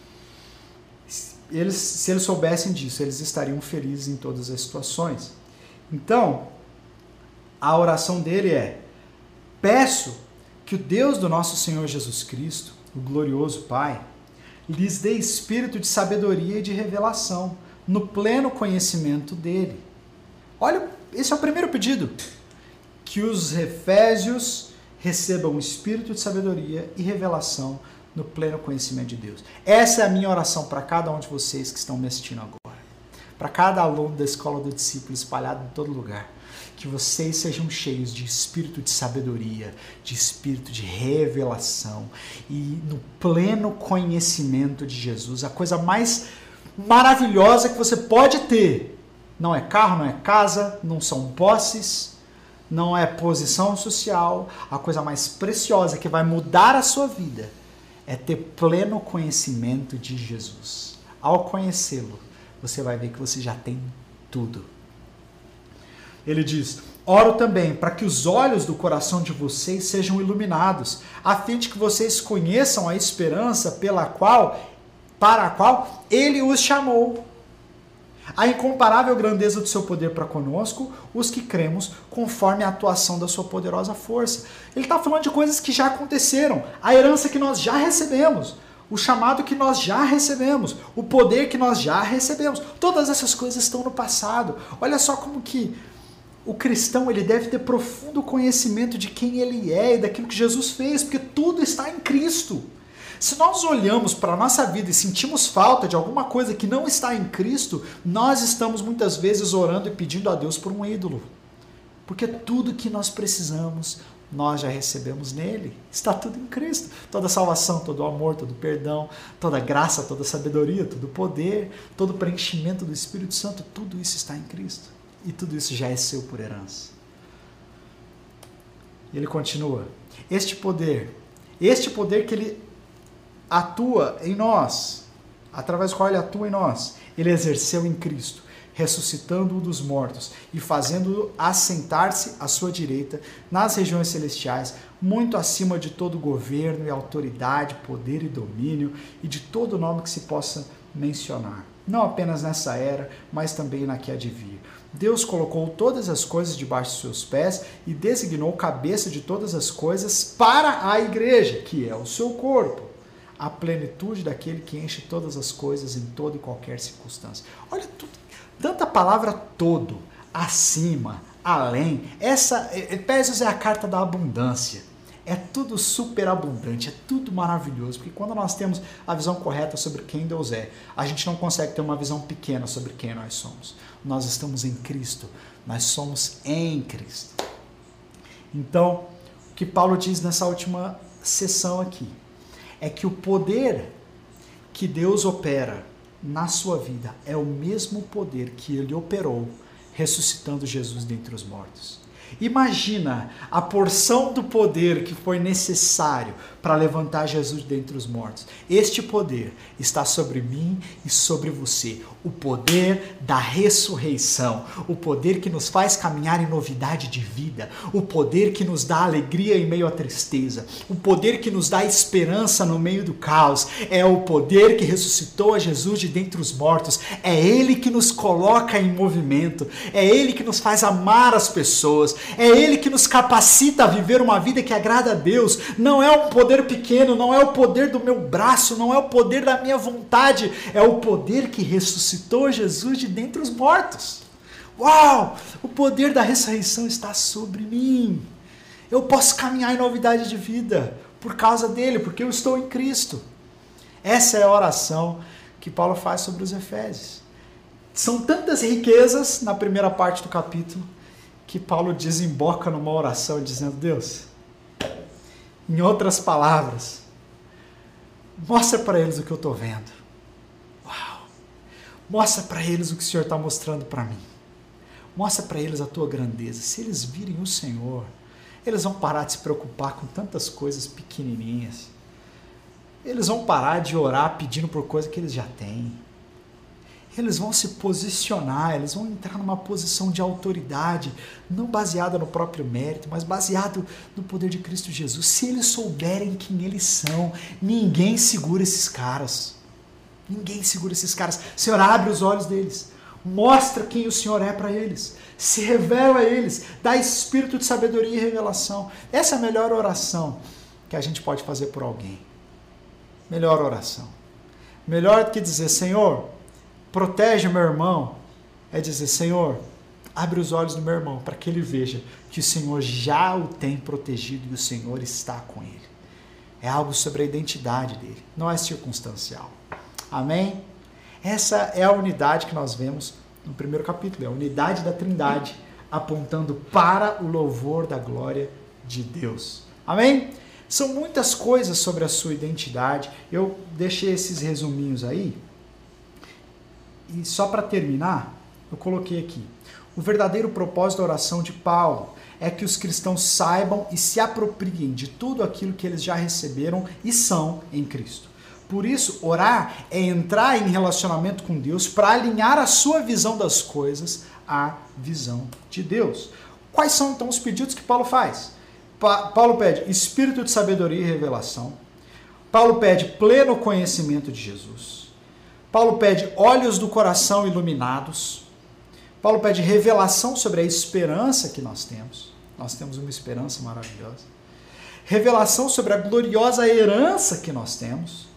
Eles, se eles soubessem disso, eles estariam felizes em todas as situações. Então, a oração dele é, peço que o Deus do nosso Senhor Jesus Cristo, o glorioso Pai, lhes dê espírito de sabedoria e de revelação, no pleno conhecimento dele. Olha, esse é o primeiro pedido. Que os Efésios recebam o espírito de sabedoria e revelação no pleno conhecimento de Deus. Essa é a minha oração para cada um de vocês que estão me assistindo agora. Para cada aluno da Escola do Discípulo espalhado em todo lugar. Que vocês sejam cheios de espírito de sabedoria, de espírito de revelação e no pleno conhecimento de Jesus. A coisa mais maravilhosa que você pode ter. Não é carro, não é casa, não são posses, não é posição social. A coisa mais preciosa que vai mudar a sua vida é ter pleno conhecimento de Jesus. Ao conhecê-lo, você vai ver que você já tem tudo. Ele diz, oro também para que os olhos do coração de vocês sejam iluminados, a fim de que vocês conheçam a esperança pela qual, para a qual ele os chamou. A incomparável grandeza do seu poder para conosco, os que cremos, conforme a atuação da sua poderosa força. Ele está falando de coisas que já aconteceram, a herança que nós já recebemos, o chamado que nós já recebemos, o poder que nós já recebemos. Todas essas coisas estão no passado. Olha só como que o cristão ele deve ter profundo conhecimento de quem ele é e daquilo que Jesus fez, porque tudo está em Cristo. Se nós olhamos para a nossa vida e sentimos falta de alguma coisa que não está em Cristo, nós estamos muitas vezes orando e pedindo a Deus por um ídolo. Porque tudo que nós precisamos, nós já recebemos nele. Está tudo em Cristo. Toda salvação, todo amor, todo perdão, toda graça, toda sabedoria, todo poder, todo preenchimento do Espírito Santo, tudo isso está em Cristo. E tudo isso já é seu por herança. E ele continua. Este poder, este poder que ele atua em nós, através do qual ele atua em nós, ele exerceu em Cristo, ressuscitando-o dos mortos e fazendo-o assentar-se à sua direita nas regiões celestiais, muito acima de todo governo e autoridade, poder e domínio e de todo nome que se possa mencionar. Não apenas nessa era, mas também na que há de vir. Deus colocou todas as coisas debaixo de seus pés e designou cabeça de todas as coisas para a igreja, que é o seu corpo. A plenitude daquele que enche todas as coisas em toda e qualquer circunstância. Olha, tudo, tanta palavra todo, acima, além. Essa, Efésios é a carta da abundância. É tudo superabundante, é tudo maravilhoso. Porque quando nós temos a visão correta sobre quem Deus é, a gente não consegue ter uma visão pequena sobre quem nós somos. Nós estamos em Cristo, nós somos em Cristo. Então, o que Paulo diz nessa última sessão aqui é que o poder que Deus opera na sua vida é o mesmo poder que ele operou ressuscitando Jesus dentre os mortos. Imagina a porção do poder que foi necessário para levantar Jesus dentre os mortos. Este poder está sobre mim e sobre você. O poder da ressurreição. O poder que nos faz caminhar em novidade de vida. O poder que nos dá alegria em meio à tristeza. O poder que nos dá esperança no meio do caos. É o poder que ressuscitou a Jesus de dentre os mortos. É Ele que nos coloca em movimento. É Ele que nos faz amar as pessoas. É Ele que nos capacita a viver uma vida que agrada a Deus. Não é um poder pequeno, não é o poder do meu braço, não é o poder da minha vontade, é o poder que ressuscitou Jesus de dentre os mortos. Uau! O poder da ressurreição está sobre mim. Eu posso caminhar em novidade de vida por causa dele, porque eu estou em Cristo. Essa é a oração que Paulo faz sobre os Efésios. São tantas riquezas na primeira parte do capítulo que Paulo desemboca numa oração dizendo: Deus, em outras palavras, mostra para eles o que eu estou vendo. Uau! Mostra para eles o que o Senhor está mostrando para mim. Mostra para eles a tua grandeza. Se eles virem o Senhor, eles vão parar de se preocupar com tantas coisas pequenininhas. Eles vão parar de orar pedindo por coisa que eles já têm. Eles vão se posicionar, eles vão entrar numa posição de autoridade, não baseada no próprio mérito, mas baseado no poder de Cristo Jesus. Se eles souberem quem eles são, ninguém segura esses caras. Ninguém segura esses caras. Senhor, abre os olhos deles. Mostra quem o Senhor é para eles. Se revela a eles. Dá espírito de sabedoria e revelação. Essa é a melhor oração que a gente pode fazer por alguém. Melhor oração. Melhor do que dizer: Senhor, protege o meu irmão, é dizer: Senhor, abre os olhos do meu irmão para que ele veja que o Senhor já o tem protegido e o Senhor está com ele. É algo sobre a identidade dele, não é circunstancial. Amém? Essa é a unidade que nós vemos no primeiro capítulo, é a unidade da Trindade, apontando para o louvor da glória de Deus. Amém? São muitas coisas sobre a sua identidade, eu deixei esses resuminhos aí. E só para terminar, eu coloquei aqui: o verdadeiro propósito da oração de Paulo é que os cristãos saibam e se apropriem de tudo aquilo que eles já receberam e são em Cristo. Por isso, orar é entrar em relacionamento com Deus para alinhar a sua visão das coisas à visão de Deus. Quais são então os pedidos que Paulo faz? Pa- Paulo pede espírito de sabedoria e revelação. Paulo pede pleno conhecimento de Jesus. Paulo pede olhos do coração iluminados. Paulo pede revelação sobre a esperança que nós temos. Nós temos uma esperança maravilhosa. Revelação sobre a gloriosa herança que nós temos.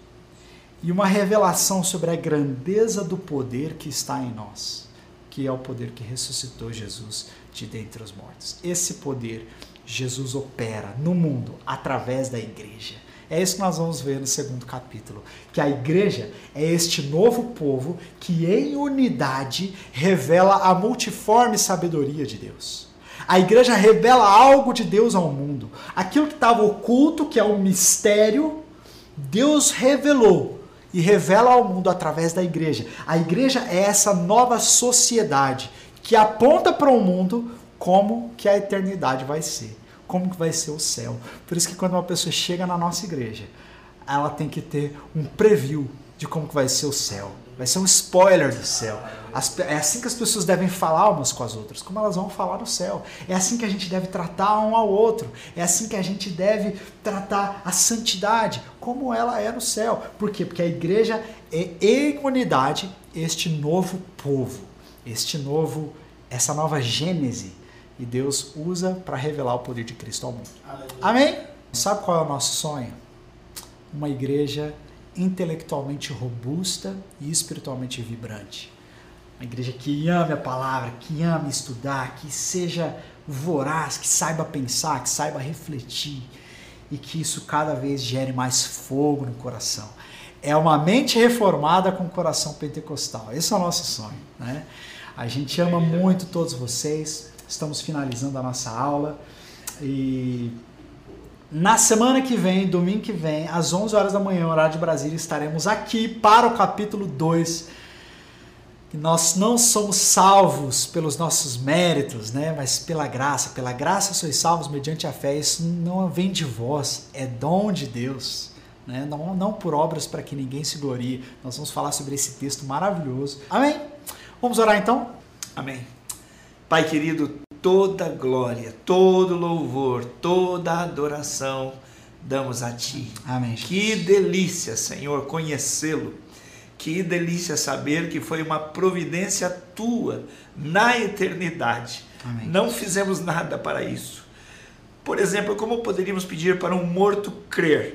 E uma revelação sobre a grandeza do poder que está em nós, que é o poder que ressuscitou Jesus de dentre os mortos. Esse poder Jesus opera no mundo através da igreja. É isso que nós vamos ver no segundo capítulo, que a igreja é este novo povo que em unidade revela a multiforme sabedoria de Deus. A igreja revela algo de Deus ao mundo. Aquilo que estava oculto, que é um mistério, Deus revelou e revela ao mundo através da igreja. A igreja é essa nova sociedade que aponta para o mundo como que a eternidade vai ser. Como que vai ser o céu. Por isso que quando uma pessoa chega na nossa igreja, ela tem que ter um preview de como que vai ser o céu. Vai ser um spoiler do céu. As, é assim que as pessoas devem falar umas com as outras, como elas vão falar no céu. É assim que a gente deve tratar um ao outro. É assim que a gente deve tratar a santidade, como ela é no céu. Por quê? Porque a igreja é em unidade este novo povo, este novo, essa nova gênese. E Deus usa para revelar o poder de Cristo ao mundo. Amém? Sabe qual é o nosso sonho? Uma igreja intelectualmente robusta e espiritualmente vibrante. Uma igreja que ame a palavra, que ame estudar, que seja voraz, que saiba pensar, que saiba refletir e que isso cada vez gere mais fogo no coração. É uma mente reformada com o coração pentecostal. Esse é o nosso sonho, né? A gente ama muito todos vocês. Estamos finalizando a nossa aula e Na semana que vem, domingo que vem, às onze horas da manhã, horário de Brasília, estaremos aqui para o capítulo dois. Nós não somos salvos pelos nossos méritos, né? Mas pela graça. Pela graça sois salvos mediante a fé. Isso não vem de vós, é dom de Deus, né? Não, não por obras para que ninguém se glorie. Nós vamos falar sobre esse texto maravilhoso. Amém? Vamos orar então? Amém. Pai querido, toda glória, todo louvor, toda adoração damos a Ti. Amém. Que delícia, Senhor, conhecê-lo. Que delícia saber que foi uma providência Tua na eternidade. Amém. Não fizemos nada para isso. Por exemplo, como poderíamos pedir para um morto crer?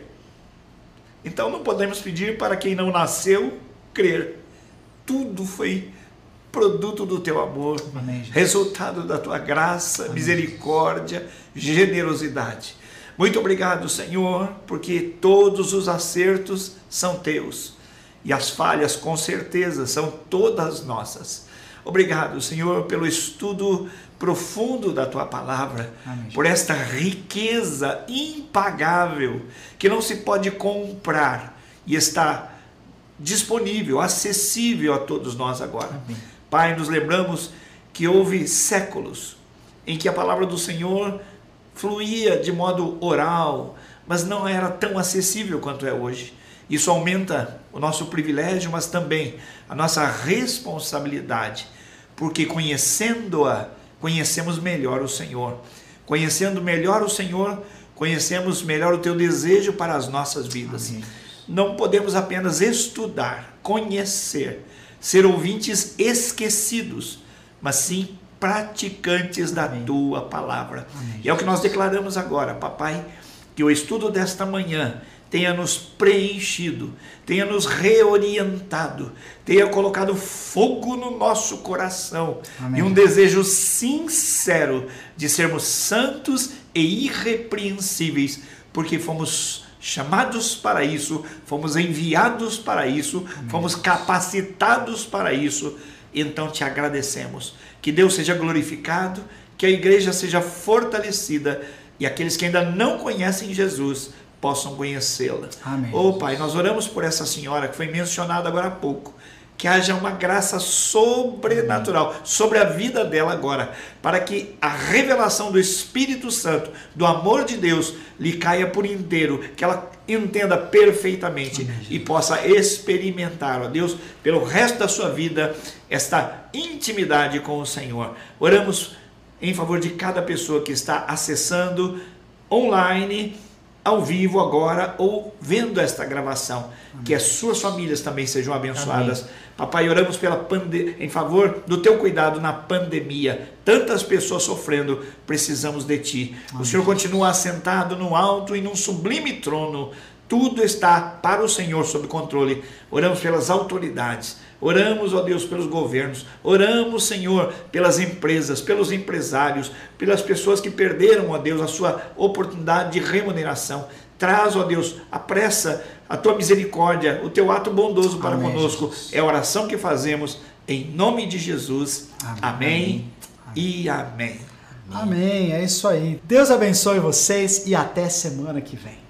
Então não podemos pedir para quem não nasceu crer. Tudo foi produto do Teu amor, Amém, resultado da Tua graça, Amém, misericórdia, generosidade. Muito obrigado, Senhor, porque todos os acertos são Teus e as falhas, com certeza, são todas nossas. Obrigado, Senhor, pelo estudo profundo da Tua palavra, Amém, por esta riqueza impagável que não se pode comprar e está disponível, acessível a todos nós agora. Amém. Pai, nos lembramos que houve séculos em que a palavra do Senhor fluía de modo oral, mas não era tão acessível quanto é hoje. Isso aumenta o nosso privilégio, mas também a nossa responsabilidade, porque conhecendo-a, conhecemos melhor o Senhor. Conhecendo melhor o Senhor, conhecemos melhor o Teu desejo para as nossas vidas. Amém. Não podemos apenas estudar, conhecer, ser ouvintes esquecidos, mas sim praticantes da Amém. Tua palavra. Amém. E é o que nós declaramos agora, papai, que o estudo desta manhã tenha nos preenchido, tenha nos reorientado, tenha colocado fogo no nosso coração. Amém. E um desejo sincero de sermos santos e irrepreensíveis, porque fomos chamados para isso, fomos enviados para isso, Amém. Fomos capacitados para isso. Então te agradecemos. Que Deus seja glorificado, que a igreja seja fortalecida e aqueles que ainda não conhecem Jesus possam conhecê-la. Amém. Oh Pai, nós oramos por essa senhora que foi mencionada agora há pouco. Que haja uma graça sobrenatural Amém. Sobre a vida dela agora, para que a revelação do Espírito Santo, do amor de Deus, lhe caia por inteiro, que ela entenda perfeitamente Amém. E possa experimentar, ó Deus, pelo resto da sua vida, esta intimidade com o Senhor. Oramos em favor de cada pessoa que está acessando online, ao vivo agora, ou vendo esta gravação. Amém. Que as suas famílias também sejam abençoadas. Amém. Papai, oramos pela pande... em favor do Teu cuidado na pandemia. Tantas pessoas sofrendo, precisamos de Ti. Amém. O Senhor continua assentado no alto e num sublime trono. Tudo está para o Senhor sob controle. Oramos pelas autoridades. Oramos, ó Deus, pelos governos. Oramos, Senhor, pelas empresas, pelos empresários, pelas pessoas que perderam, ó Deus, a sua oportunidade de remuneração. Traz, ó Deus, apressa a Tua misericórdia, o Teu ato bondoso para Amém, conosco. Jesus. É a oração que fazemos em nome de Jesus. Amém, amém, amém. E amém. Amém, é isso aí. Deus abençoe vocês e até semana que vem.